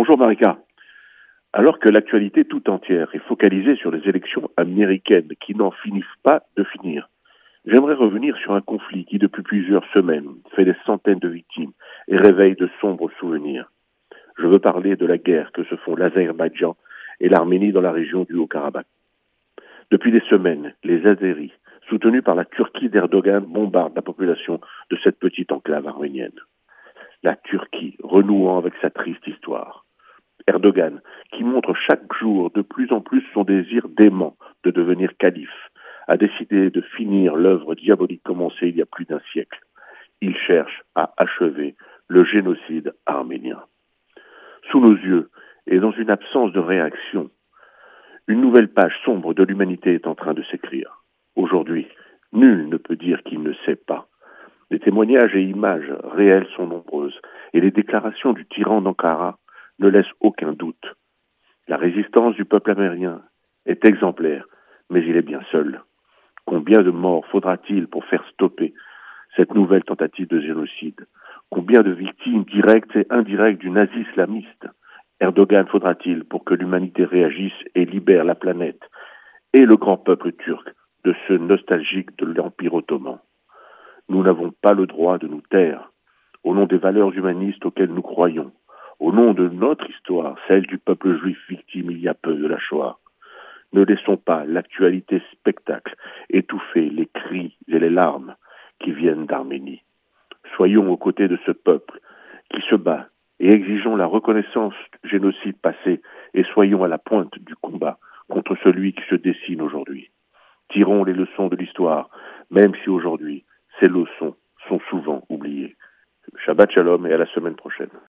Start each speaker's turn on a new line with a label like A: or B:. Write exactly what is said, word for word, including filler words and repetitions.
A: Bonjour Marika. Alors que l'actualité tout entière est focalisée sur les élections américaines qui n'en finissent pas de finir, j'aimerais revenir sur un conflit qui depuis plusieurs semaines fait des centaines de victimes et réveille de sombres souvenirs. Je veux parler de la guerre que se font l'Azerbaïdjan et l'Arménie dans la région du Haut-Karabakh. Depuis des semaines, les Azéris, soutenus par la Turquie d'Erdogan, bombardent la population de cette petite enclave arménienne. La Turquie renouant avec sa triste histoire. Erdogan, qui montre chaque jour de plus en plus son désir dément de devenir calife, a décidé de finir l'œuvre diabolique commencée il y a plus d'un siècle. Il cherche à achever le génocide arménien. Sous nos yeux, et dans une absence de réaction, une nouvelle page sombre de l'humanité est en train de s'écrire. Aujourd'hui, nul ne peut dire qu'il ne sait pas. Les témoignages et images réelles sont nombreuses, et les déclarations du tyran d'Ankara ne laissent aucun doute. La résistance du peuple arménien est exemplaire, mais il est bien seul. Combien de morts faudra-t-il pour faire stopper cette nouvelle tentative de génocide? Combien de victimes directes et indirectes du nazi islamiste Erdogan faudra-t-il pour que l'humanité réagisse et libère la planète et le grand peuple turc de ce nostalgique de l'Empire ottoman? Nous n'avons pas le droit de nous taire, au nom des valeurs humanistes auxquelles nous croyons, au nom de notre histoire, celle du peuple juif victime il y a peu de la Shoah. Ne laissons pas l'actualité spectacle étouffer les cris et les larmes qui viennent d'Arménie. Soyons aux côtés de ce peuple qui se bat et exigeons la reconnaissance du génocide passé et soyons à la pointe du combat contre celui qui se dessine aujourd'hui. Tirons les leçons de l'histoire, même si aujourd'hui, ces leçons sont souvent oubliées. Shabbat Shalom et à la semaine prochaine.